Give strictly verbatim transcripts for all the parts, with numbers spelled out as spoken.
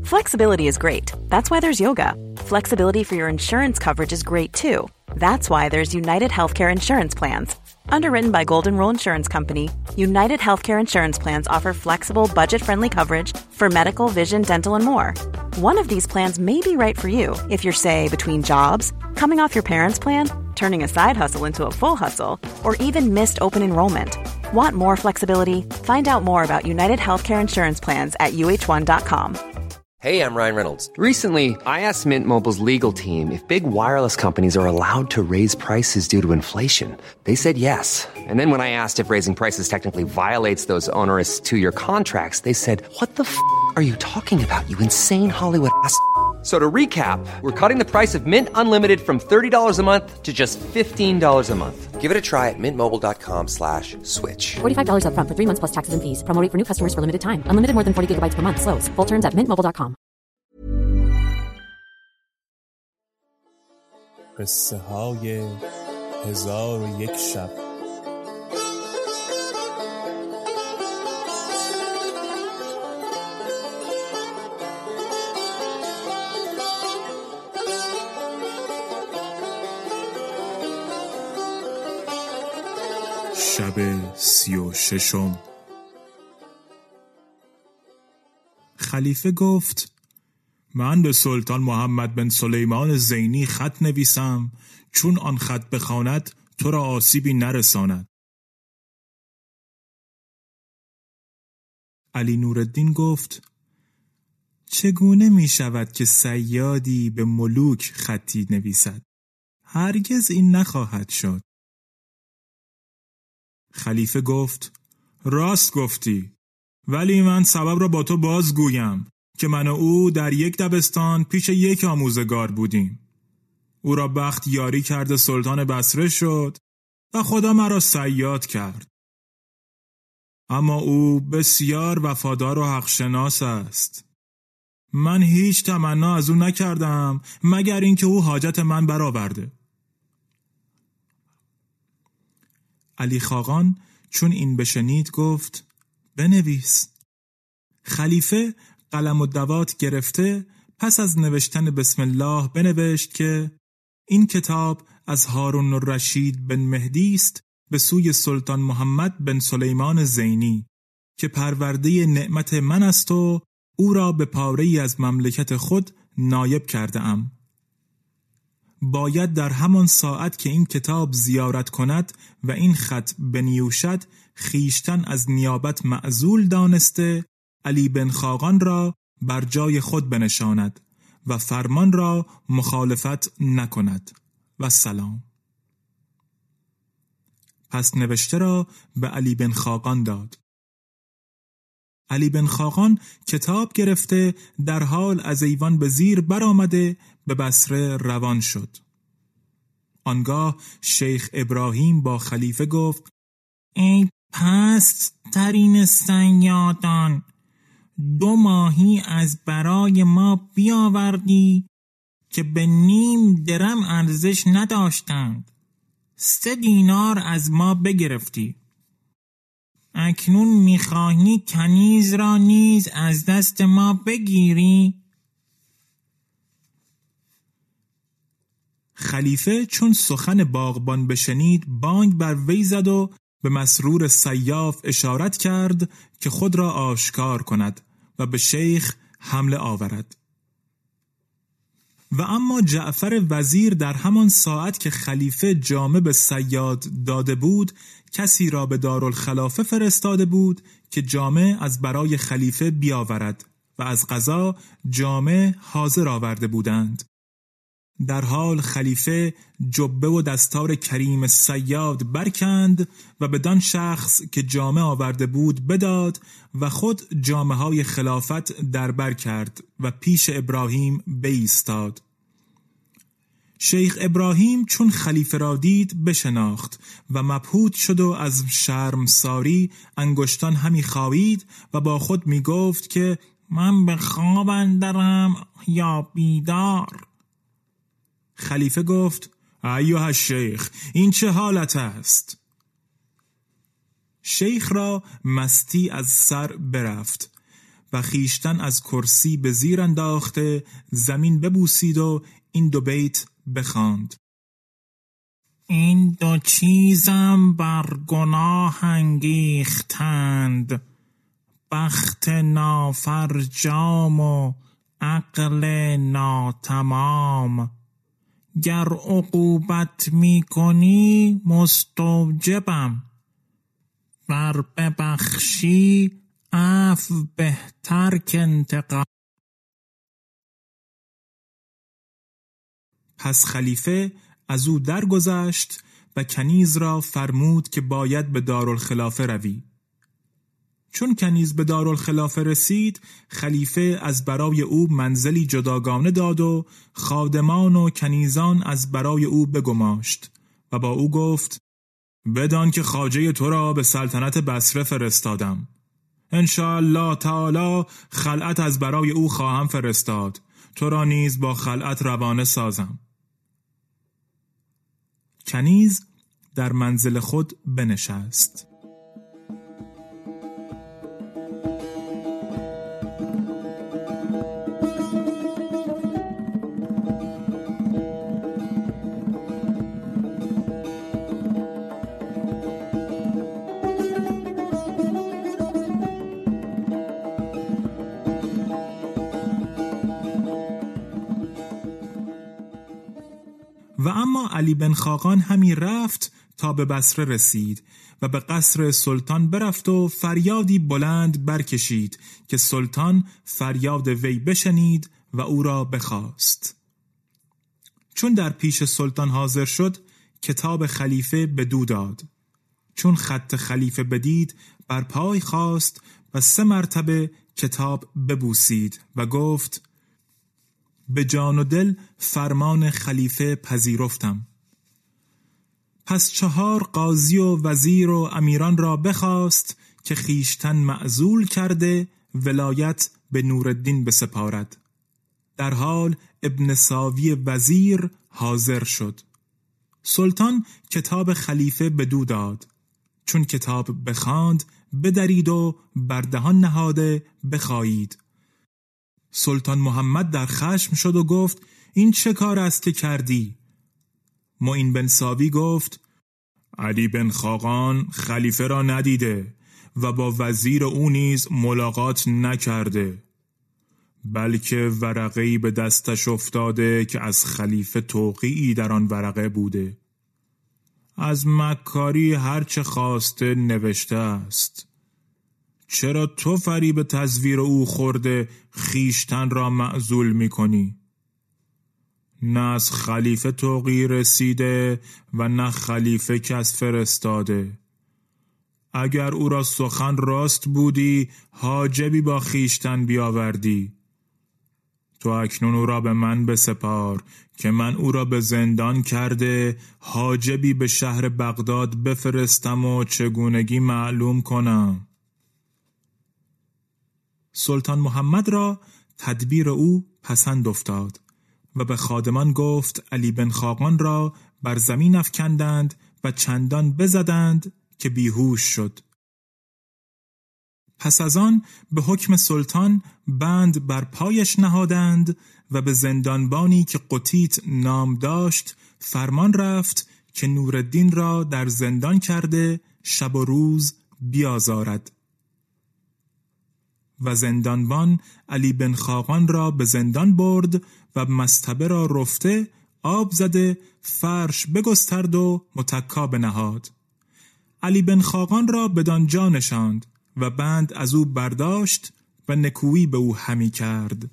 Flexibility is great. That's why there's yoga. Flexibility for your insurance coverage is great too. That's why there's United Healthcare Insurance Plans. Underwritten by Golden Rule Insurance Company, United Healthcare Insurance Plans offer flexible, budget-friendly coverage for medical, vision, dental, and more. One of these plans may be right for you if you're, say, between jobs, coming off your parents' plan, turning a side hustle into a full hustle, or even missed open enrollment. Want more flexibility? Find out more about United Healthcare Insurance Plans at U H one dot com. Hey, I'm Ryan Reynolds. Recently, I asked Mint Mobile's legal team if big wireless companies are allowed to raise prices due to inflation. They said yes. And then when I asked if raising prices technically violates those onerous two-year contracts, they said, "What the f*** are you talking about, you insane Hollywood ass?" So to recap, we're cutting the price of Mint Unlimited from thirty dollars a month to just fifteen dollars a month. Give it a try at mintmobile.com slash switch. forty-five dollars up front for three months plus taxes and fees. Promo rate for new customers for limited time. Unlimited more than forty gigabytes per month. Slows full terms at mint mobile dot com. قصه های هزار و یک شب. شب سی و ششم. خلیفه گفت من به سلطان محمد بن سلیمان زینی خط نویسم چون آن خط بخواند تو را آسیبی نرساند. علی نورالدین گفت چگونه می شود که صیادی به ملوک خطی نویسد؟ هرگز این نخواهد شد. خلیفه گفت راست گفتی، ولی من سبب را با تو بازگویم که من و او در یک دبستان پیش یک آموزگار بودیم. او را بخت یاری کرده سلطان بصره شد و خدا مرا صیاد کرد. اما او بسیار وفادار و حقشناس است. من هیچ تمنا از او نکردم مگر اینکه او حاجت من برآورده. علی خاقان چون این بشنید گفت بنویس. خلیفه قلم و دوات گرفته پس از نوشتن بسم الله بنوشت که این کتاب از هارون الرشید بن مهدی است به سوی سلطان محمد بن سلیمان زینی که پرورده نعمت من است و او را به پاره‌ای از مملکت خود نایب کرده ام. باید در همان ساعت که این کتاب زیارت کند و این خط بنیوشد خیشتن از نیابت معزول دانسته علی بن خاقان را بر جای خود بنشاند و فرمان را مخالفت نکند و سلام. پس نوشته را به علی بن خاقان داد. علی بن خاقان کتاب گرفته در حال از ایوان به زیر برآمده به بصره روان شد. آنگاه شیخ ابراهیم با خلیفه گفت ای پست ترین صیادان، دو ماهی از برای ما بیاوردی که به نیم درم ارزش نداشتند. سه دینار از ما بگرفتی. اکنون میخواهی کنیز را نیز از دست ما بگیری؟ خلیفه چون سخن باغبان بشنید بانگ بر وی زد و به مسرور سیاف اشارت کرد که خود را آشکار کند و به شیخ حمله آورد. و اما جعفر وزیر در همان ساعت که خلیفه جامه به صیاد داده بود کسی را به دارالخلافه فرستاده بود که جامه از برای خلیفه بیاورد و از قضا جامه حاضر آورده بودند. در حال خلیفه جبه و دستار کریم صیاد برکند و بدان شخص که جامه آورده بود بداد و خود جامه های خلافت در بر کرد و پیش ابراهیم بایستاد. شیخ ابراهیم چون خلیفه را دید بشناخت و مبهوت شد و از شرمساری انگشتان همی خاوید و با خود می گفت که من به خواب اندرم یا بیدار. خلیفه گفت ایها الشیخ، این چه حالت است؟ شیخ را مستی از سر برفت. و خیشتن از کرسی به زیر انداخته زمین ببوسید و این دو بیت بخواند: این دو چیزم بر گناه انگیختند، بخت نافرجام و عقل ناتمام. گر عقوبت می کنی مستوجبم، ور ببخشی عفو بهتر که انتقام. پس خلیفه از او درگذشت و کنیز را فرمود که باید به دارالخلافه روی. چون کنیز به دارالخلافه رسید، خلیفه از برای او منزلی جداگانه داد و خادمان و کنیزان از برای او بگماشت و با او گفت: بدان که خواجه تو را به سلطنت بصره فرستادم. انشاءالله تعالی خلعت از برای او خواهم فرستاد، تو را نیز با خلعت روانه سازم. کنیز در منزل خود بنشست. و اما علی بن خاقان همی رفت تا به بصره رسید و به قصر سلطان برفت و فریادی بلند برکشید که سلطان فریاد وی بشنید و او را بخواست. چون در پیش سلطان حاضر شد، کتاب خلیفه بدو داد. چون خط خلیفه بدید، بر پای خاست و سه مرتبه کتاب ببوسید و گفت: به جان و دل فرمان خلیفه پذیرفتم. پس چهار قاضی و وزیر و امیران را بخواست که خیشتن معزول کرده ولایت به نورالدین بسپارد. در حال ابن ساوی وزیر حاضر شد. سلطان کتاب خلیفه بدو داد. چون کتاب بخواند، بدرید و بر دهان نهاده بخایید. سلطان محمد در خشم شد و گفت: این چه کار است که کردی؟ معین بن ساوی گفت: علی بن خاقان خلیفه را ندیده و با وزیر او نیز ملاقات نکرده، بلکه ورقه‌ای به دستش افتاده که از خلیفه توقیعی در آن ورقه بوده. از مکاری هر چه خواسته نوشته است. چرا تو فریب تزویر او خورده خیشتن را معزول می کنی؟ نه از خلیفه توقیع رسیده و نه خلیفه کس فرستاده. اگر او را سخن راست بودی، حاجبی با خیشتن بیاوردی. تو اکنون او را به من بسپار که من او را به زندان کرده حاجبی به شهر بغداد بفرستم و چگونگی معلوم کنم. سلطان محمد را تدبیر او پسند افتاد و به خادمان گفت علی بن خاقان را بر زمین افکندند و چندان بزدند که بیهوش شد. پس از آن به حکم سلطان بند بر پایش نهادند و به زندانبانی که قطیت نام داشت فرمان رفت که نورالدین را در زندان کرده شب و روز بیازارد. و زندانبان علی بن خاقان را به زندان برد و مصطبه را رفته آب زده فرش بگسترد و متکا بنهاد. علی بن خاقان را بدان جا نشاند و بند از او برداشت و نکویی به او همی کرد.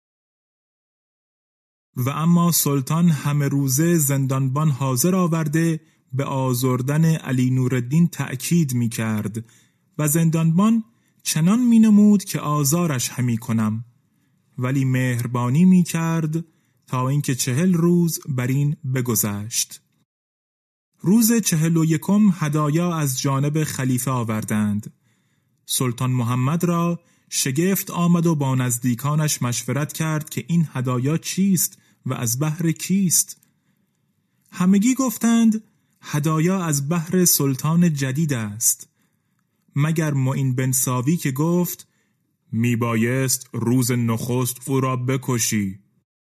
و اما سلطان همه روزه زندانبان حاضر آورده به آزردن علی نورالدین تأکید می کرد و زندانبان چنان می نمود که آزارش همی کنم، ولی مهربانی می کرد تا اینکه چهل روز بر این بگذشت. روز چهل و یکم هدایا از جانب خلیفه آوردند. سلطان محمد را شگفت آمد و با نزدیکانش مشورت کرد که این هدایا چیست و از بهر کیست؟ همگی گفتند هدایا از بهر سلطان جدید است، مگر معین بن ساوی که گفت میبایست روز نخست او را بکشی.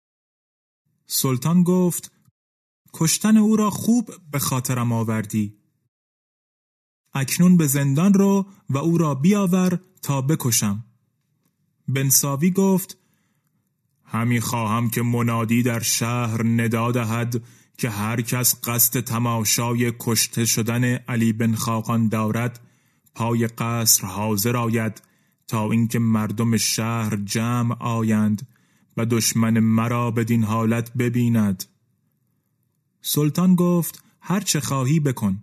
سلطان گفت کشتن او را خوب به خاطرم آوردی. اکنون به زندان رو و او را بیاور تا بکشم. بنساوی گفت همی خواهم که منادی در شهر ندا دهد که هر کس قصد تماشای کشته شدن علی بن خاقان دارد پای قصر حاضر آید تا اینکه مردم شهر جمع آیند و دشمن مرا بدین حالت ببیند. سلطان گفت هر چه خواهی بکن.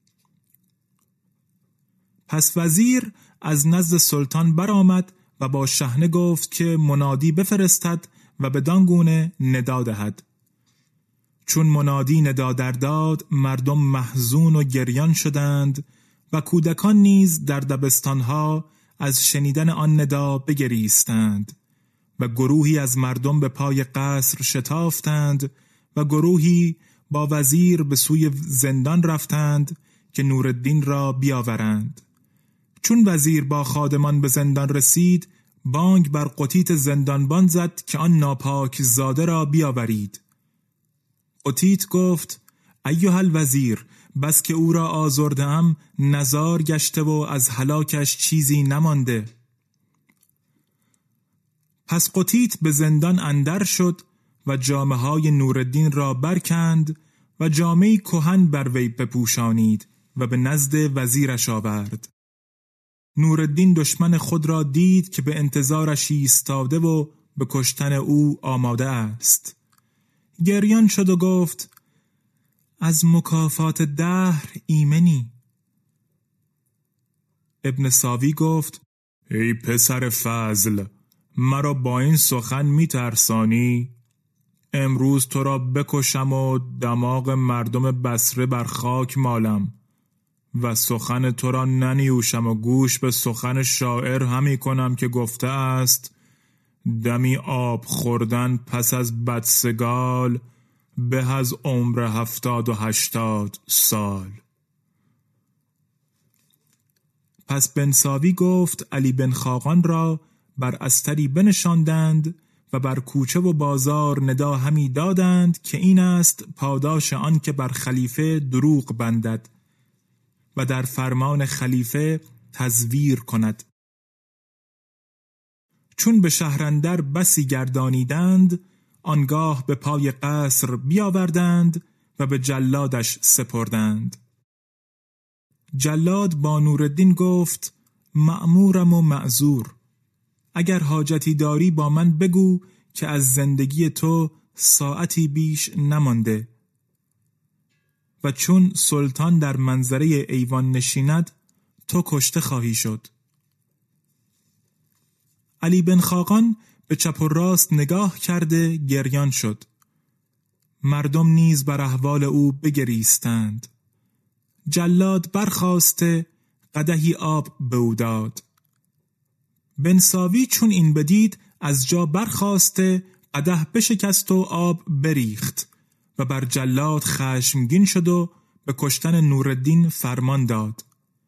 پس وزیر از نزد سلطان برآمد و با شحنه گفت که منادی بفرستد و بدان گونه ندا دهد. چون منادی ندا در داد مردم محزون و گریان شدند و کودکان نیز در دبستانها از شنیدن آن ندا بگریستند و گروهی از مردم به پای قصر شتافتند و گروهی با وزیر به سوی زندان رفتند که نورالدین را بیاورند. چون وزیر با خادمان به زندان رسید بانگ بر قطیت زندانبان زد که آن ناپاک زاده را بیاورید. قطیت گفت ایها الوزیر، بس که او را آزردم نزار گشته و از هلاکش چیزی نمانده. پس قطیت به زندان اندر شد و جامه های نورالدین را برکند و جامه کهن بر وی بپوشانید و به نزد وزیرش آورد. نورالدین دشمن خود را دید که به انتظارش ایستاده و به کشتن او آماده است. گریان شد و گفت از مکافات دهر ایمنی. ابن ساوی گفت ای پسر فضل، مرا با این سخن می ترسانی؟ امروز تو را بکشم و دماغ مردم بصره بر خاک مالم و سخن تو را ننیوشم و گوش به سخن شاعر همی کنم که گفته است دمی آب خوردن پس از بدسگال به از عمر هفتاد و هشتاد سال. پس بنساوی گفت علی بن خاقان را بر استری بنشاندند و بر کوچه و بازار ندا همی دادند که این است پاداش آن که بر خلیفه دروغ بندد و در فرمان خلیفه تزویر کند. چون به شهرندر بسی گردانیدند آنگاه به پای قصر بیاوردند و به جلادش سپردند. جلاد با نورالدین گفت مأمورم و معذور، اگر حاجتی داری با من بگو که از زندگی تو ساعتی بیش نمانده و چون سلطان در منظره ایوان نشیند تو کشته خواهی شد. علی بن خاقان به چپ و راست نگاه کرده گریان شد. مردم نیز بر احوال او بگریستند. جلاد برخاسته قدحی آب به او داد. بنساوی چون این بدید از جا برخاسته قدح بشکست و آب بریخت و بر جلاد خشمگین شد و به کشتن نورالدین فرمان داد.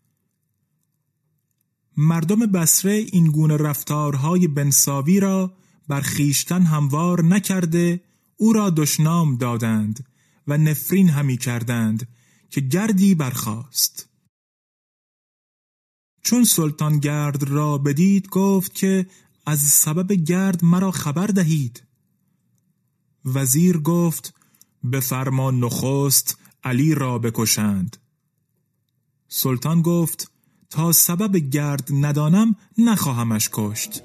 مردم بصره این گونه رفتارهای بنساوی را بر خیشتن هموار نکرده او را دشنام دادند و نفرین همی کردند که گردی برخاست. چون سلطان گرد را بدید گفت که از سبب گرد مرا خبر دهید. وزیر گفت به فرمان نخست علی را بکشند. سلطان گفت تا سبب گرد ندانم نخواهمش کشت.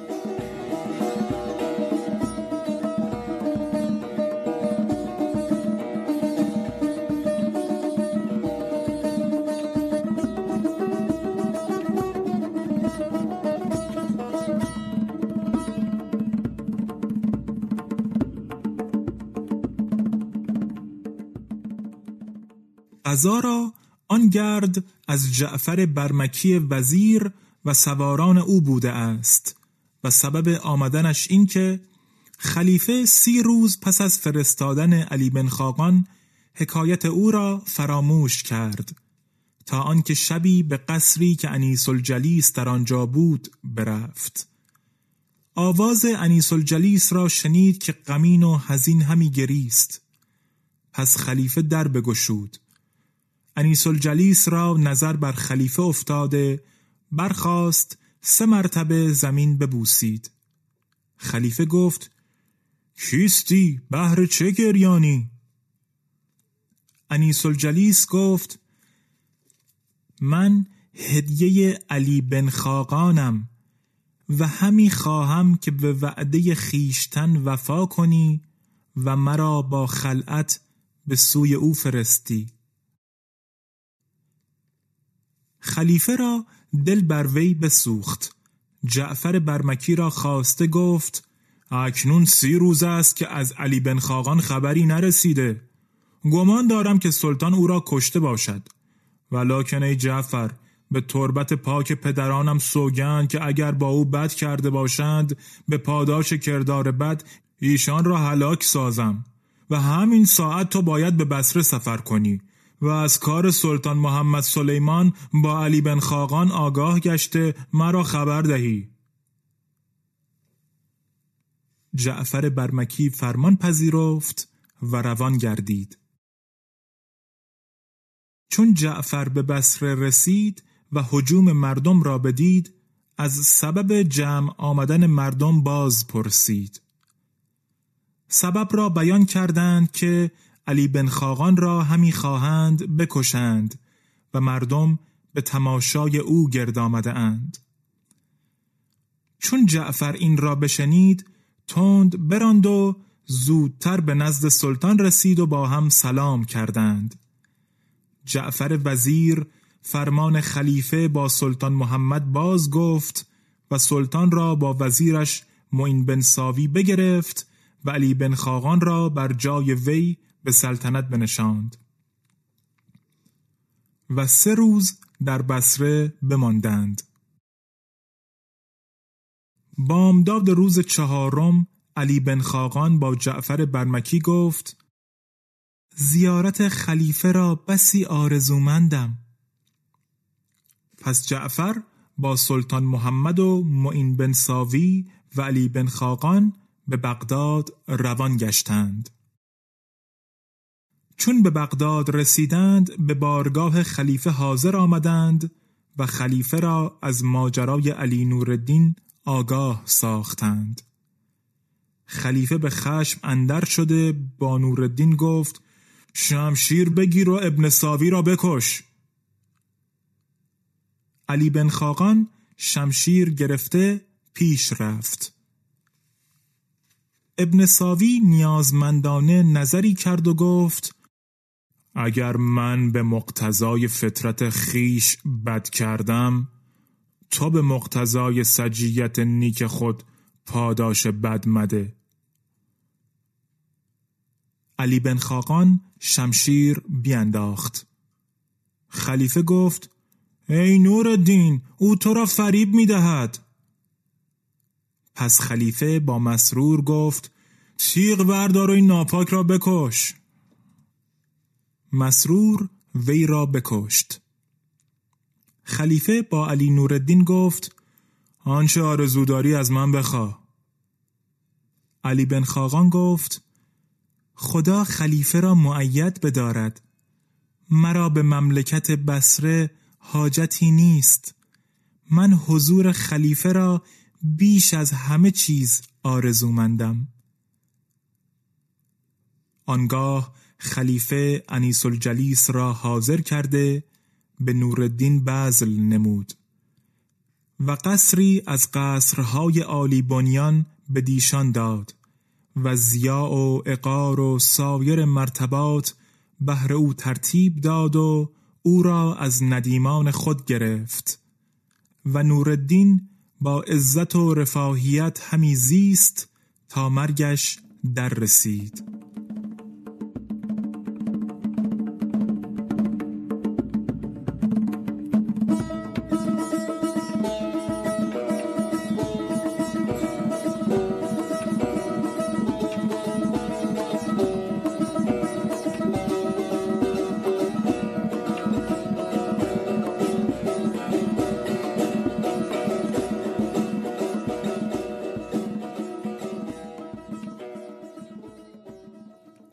قضا را آن گرد از جعفر برمکی وزیر و سواران او بوده است و سبب آمدنش این که خلیفه سی روز پس از فرستادن علی بن خاقان حکایت او را فراموش کرد تا آنکه شبی به قصری که انیس الجلیس در آنجا بود برفت آواز انیس الجلیس را شنید که غمین و حزین همی گریست. پس خلیفه در بگشود. انیس الجلیس را نظر بر خلیفه افتاده، برخاست، سه مرتبه زمین ببوسید. خلیفه گفت: کیستی؟ بهر چه گریانی؟ انیس الجلیس گفت: من هدیه علی بن خاقانم و همی خواهم که به وعده خیشتن وفا کنی و مرا با خلعت به سوی او فرستی. خلیفه را دل بر وی بسوخت. جعفر برمکی را خواسته گفت: اکنون سی روز است که از علی بن خاقان خبری نرسیده. گمان دارم که سلطان او را کشته باشد. ولکن ای جعفر، به تربت پاک پدرانم سوگند که اگر با او بد کرده باشند به پاداش کردار بد ایشان را هلاک سازم و همین ساعت تو باید به بصره سفر کنی و از کار سلطان محمد سلیمان با علی بن خاقان آگاه گشته مرا خبر دهی. جعفر برمکی فرمان پذیرفت و روان گردید. چون جعفر به بصره رسید و هجوم مردم را بدید، از سبب جمع آمدن مردم باز پرسید. سبب را بیان کردند که علی بن خاقان را همی خواهند بکشند و مردم به تماشای او گرد آمده اند. چون جعفر این را بشنید، تند براند و زودتر به نزد سلطان رسید و با هم سلام کردند. جعفر وزیر فرمان خلیفه با سلطان محمد باز گفت و سلطان را با وزیرش معین بن ساوی بگرفت و علی بن خاقان را بر جای وی به سلطنت بنشاند و سه روز در بصره بماندند. بامداد روز چهارم علی بن خاقان با جعفر برمکی گفت: زیارت خلیفه را بسی آرزومندم. پس جعفر با سلطان محمد و معین بن ساوی و علی بن خاقان به بغداد روان گشتند. چون به بغداد رسیدند به بارگاه خلیفه حاضر آمدند و خلیفه را از ماجرای علی نورالدین آگاه ساختند. خلیفه به خشم اندر شده با نورالدین گفت: شمشیر بگیر و ابن ساوی را بکش. علی بن خاقان شمشیر گرفته پیش رفت. ابن ساوی نیازمندانه نظری کرد و گفت: اگر من به مقتضای فطرت خیش بد کردم، تو به مقتضای سجیت نیک خود پاداش بد مده. علی بن خاقان شمشیر بینداخت. خلیفه گفت: ای نورالدین، او تو را فریب می دهد. پس خلیفه با مسرور گفت: تیغ بردار و این ناپاک را بکش. مسرور وی را بکشت. خلیفه با علی نورالدین گفت: آنچه آرزوداری از من بخواه. علی بن خاقان گفت: خدا خلیفه را مؤید بدارد. مرا به مملکت بصره حاجتی نیست. من حضور خلیفه را بیش از همه چیز آرزومندم. آنگاه خلیفه انیس الجلیس را حاضر کرده به نورالدین بذل نمود و قصری از قصرهای عالی بنیان به دیشان داد و ضیاع و عقار و سایر مرتبات بهر او ترتیب داد و او را از ندیمان خود گرفت و نورالدین با عزت و رفاهیت همی زیست تا مرگش در رسید.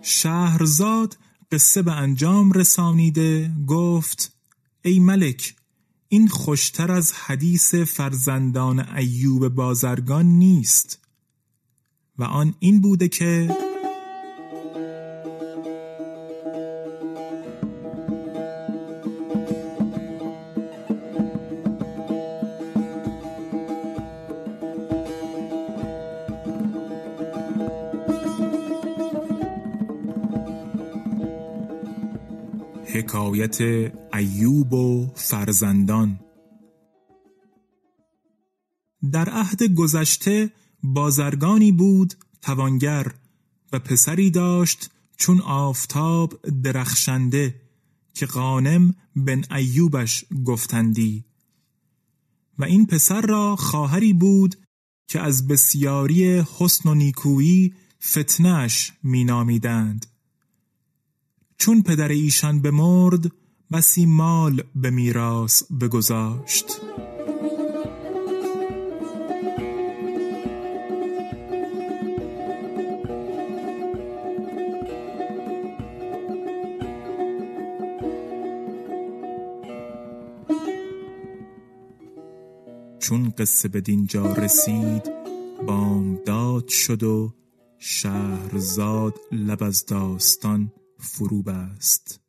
شهرزاد قصه به انجام رسانیده گفت: ای ملک، این خوشتر از حدیث فرزندان ایوب بازرگان نیست. و آن این بوده که حکایت ایوب و فرزندان. در عهد گذشته بازرگانی بود توانگر و پسری داشت چون آفتاب درخشنده که غانم بن ایوبش گفتندی. و این پسر را خواهری بود که از بسیاری حسن و نیکویی فتنه‌اش می نامیدند. چون پدر ایشان بمرد بسی مال به میراث بگذاشت. چون قصه به دینجا رسید بامداد شد و شهرزاد لب از داستان فرو بست.